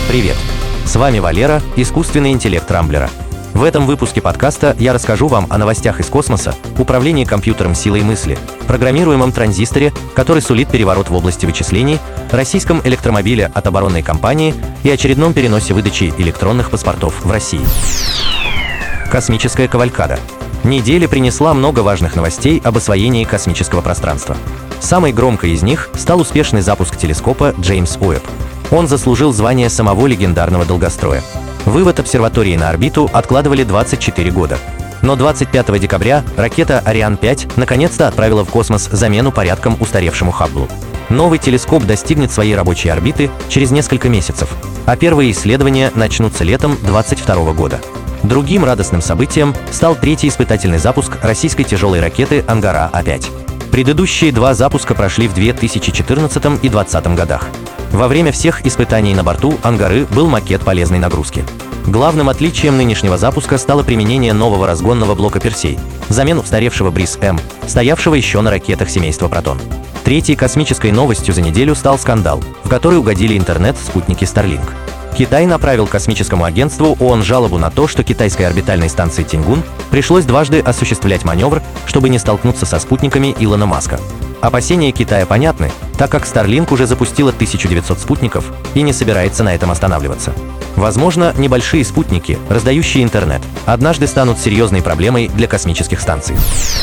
Привет! С вами Валера, искусственный интеллект Рамблера. В этом выпуске подкаста я расскажу вам о новостях из космоса, управлении компьютером силой мысли, программируемом транзисторе, который сулит переворот в области вычислений, российском электромобиле от оборонной компании и очередном переносе выдачи электронных паспортов в России. Космическая кавалькада. Неделя принесла много важных новостей об освоении космического пространства. Самой громкой из них стал успешный запуск телескопа Джеймс Уэбб. Он заслужил звание самого легендарного долгостроя. Вывод обсерватории на орбиту откладывали 24 года. Но 25 декабря ракета «Ариан-5» наконец-то отправила в космос замену порядком устаревшему Хабблу. Новый телескоп достигнет своей рабочей орбиты через несколько месяцев, а первые исследования начнутся летом 2022 года. Другим радостным событием стал третий испытательный запуск российской тяжелой ракеты «Ангара-А5». Предыдущие два запуска прошли в 2014 и 2020 годах. Во время всех испытаний на борту «Ангары» был макет полезной нагрузки. Главным отличием нынешнего запуска стало применение нового разгонного блока «Персей», замену устаревшего «Бриз-М», стоявшего еще на ракетах семейства «Протон». Третьей космической новостью за неделю стал скандал, в который угодили интернет-спутники Starlink. Китай направил космическому агентству ООН жалобу на то, что китайской орбитальной станции Тиньгун пришлось дважды осуществлять маневр, чтобы не столкнуться со спутниками Илона Маска. Опасения Китая понятны, так как Starlink уже запустила 1900 спутников и не собирается на этом останавливаться. Возможно, небольшие спутники, раздающие интернет, однажды станут серьезной проблемой для космических станций.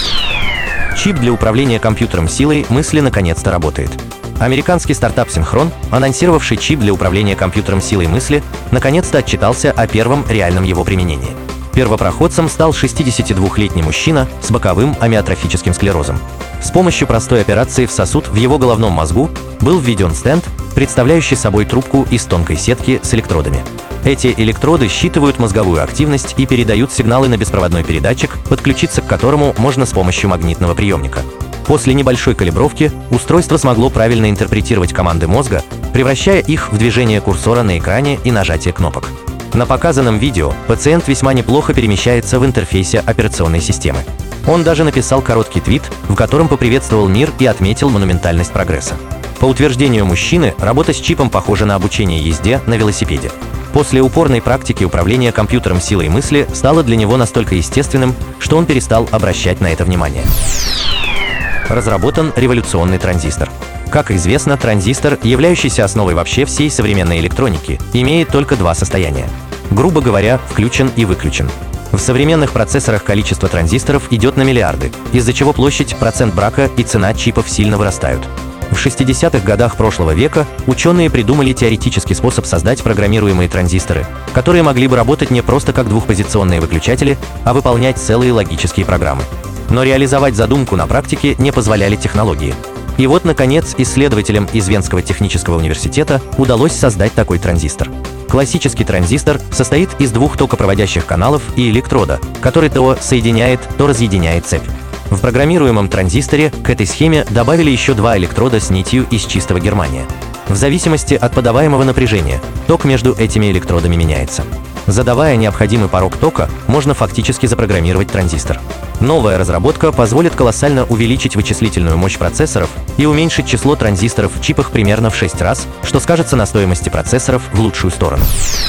Чип для управления компьютером силой мысли наконец-то работает. Американский стартап Synchron, анонсировавший чип для управления компьютером силой мысли, наконец-то отчитался о первом реальном его применении. Первопроходцем стал 62-летний мужчина с боковым амиотрофическим склерозом. С помощью простой операции в сосуд в его головном мозгу был введен стенд, представляющий собой трубку из тонкой сетки с электродами. Эти электроды считывают мозговую активность и передают сигналы на беспроводной передатчик, подключиться к которому можно с помощью магнитного приемника. После небольшой калибровки устройство смогло правильно интерпретировать команды мозга, превращая их в движение курсора на экране и нажатие кнопок. На показанном видео пациент весьма неплохо перемещается в интерфейсе операционной системы. Он даже написал короткий твит, в котором поприветствовал мир и отметил монументальность прогресса. По утверждению мужчины, работа с чипом похожа на обучение езде на велосипеде. После упорной практики управления компьютером силой мысли стало для него настолько естественным, что он перестал обращать на это внимание. Разработан революционный транзистор. Как известно, транзистор, являющийся основой вообще всей современной электроники, имеет только два состояния. Грубо говоря, включен и выключен. В современных процессорах количество транзисторов идет на миллиарды, из-за чего площадь, процент брака и цена чипов сильно вырастают. В 60-х годах прошлого века ученые придумали теоретический способ создать программируемые транзисторы, которые могли бы работать не просто как двухпозиционные выключатели, а выполнять целые логические программы. Но реализовать задумку на практике не позволяли технологии. И вот, наконец, исследователям из Венского технического университета удалось создать такой транзистор. Классический транзистор состоит из двух токопроводящих каналов и электрода, который то соединяет, то разъединяет цепь. В программируемом транзисторе к этой схеме добавили еще два электрода с нитью из чистого германия. В зависимости от подаваемого напряжения, ток между этими электродами меняется. Задавая необходимый порог тока, можно фактически запрограммировать транзистор. Новая разработка позволит колоссально увеличить вычислительную мощь процессоров и уменьшить число транзисторов в чипах примерно в 6 раз, что скажется на стоимости процессоров в лучшую сторону.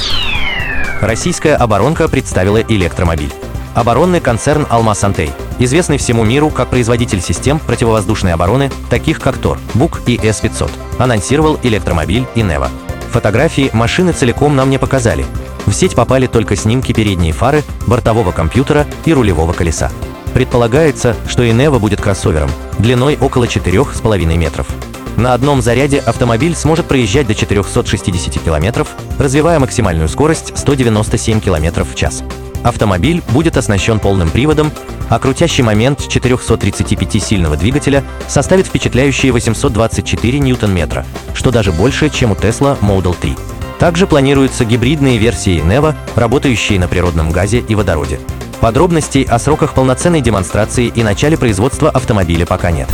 Российская оборонка представила электромобиль. Оборонный концерн «Алмаз-Антей», известный всему миру как производитель систем противовоздушной обороны, таких как ТОР, БУК и С-500, анонсировал электромобиль Инева. Фотографии машины целиком нам не показали. В сеть попали только снимки передней фары, бортового компьютера и рулевого колеса. Предполагается, что Инева будет кроссовером, длиной около 4,5 метров. На одном заряде автомобиль сможет проезжать до 460 км, развивая максимальную скорость 197 км в час. Автомобиль будет оснащен полным приводом, а крутящий момент 435-сильного двигателя составит впечатляющие 824 Ньютон-метра, что даже больше, чем у Tesla Model 3. Также планируются гибридные версии Инева, работающие на природном газе и водороде. Подробностей о сроках полноценной демонстрации и начале производства автомобиля пока нет.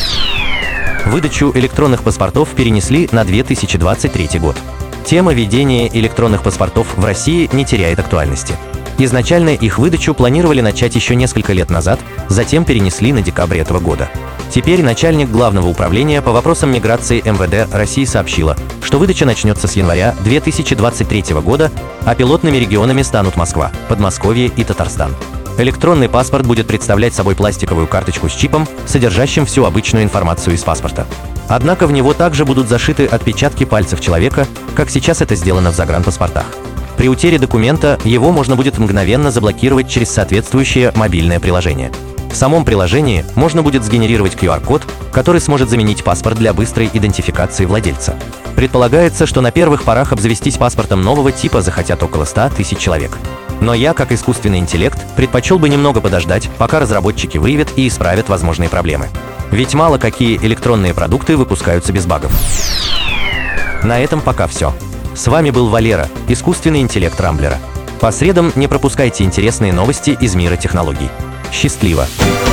Выдачу электронных паспортов перенесли на 2023 год. Тема введения электронных паспортов в России не теряет актуальности. Изначально их выдачу планировали начать еще несколько лет назад, затем перенесли на декабрь этого года. Теперь начальник Главного управления по вопросам миграции МВД России сообщила, что выдача начнется с января 2023 года, а пилотными регионами станут Москва, Подмосковье и Татарстан. Электронный паспорт будет представлять собой пластиковую карточку с чипом, содержащим всю обычную информацию из паспорта. Однако в него также будут зашиты отпечатки пальцев человека, как сейчас это сделано в загранпаспортах. При утере документа его можно будет мгновенно заблокировать через соответствующее мобильное приложение. В самом приложении можно будет сгенерировать QR-код, который сможет заменить паспорт для быстрой идентификации владельца. Предполагается, что на первых порах обзавестись паспортом нового типа захотят около 100 тысяч человек. Но я, как искусственный интеллект, предпочел бы немного подождать, пока разработчики выявят и исправят возможные проблемы. Ведь мало какие электронные продукты выпускаются без багов. На этом пока все. С вами был Валера, искусственный интеллект Рамблера. По средам не пропускайте интересные новости из мира технологий. Счастливо!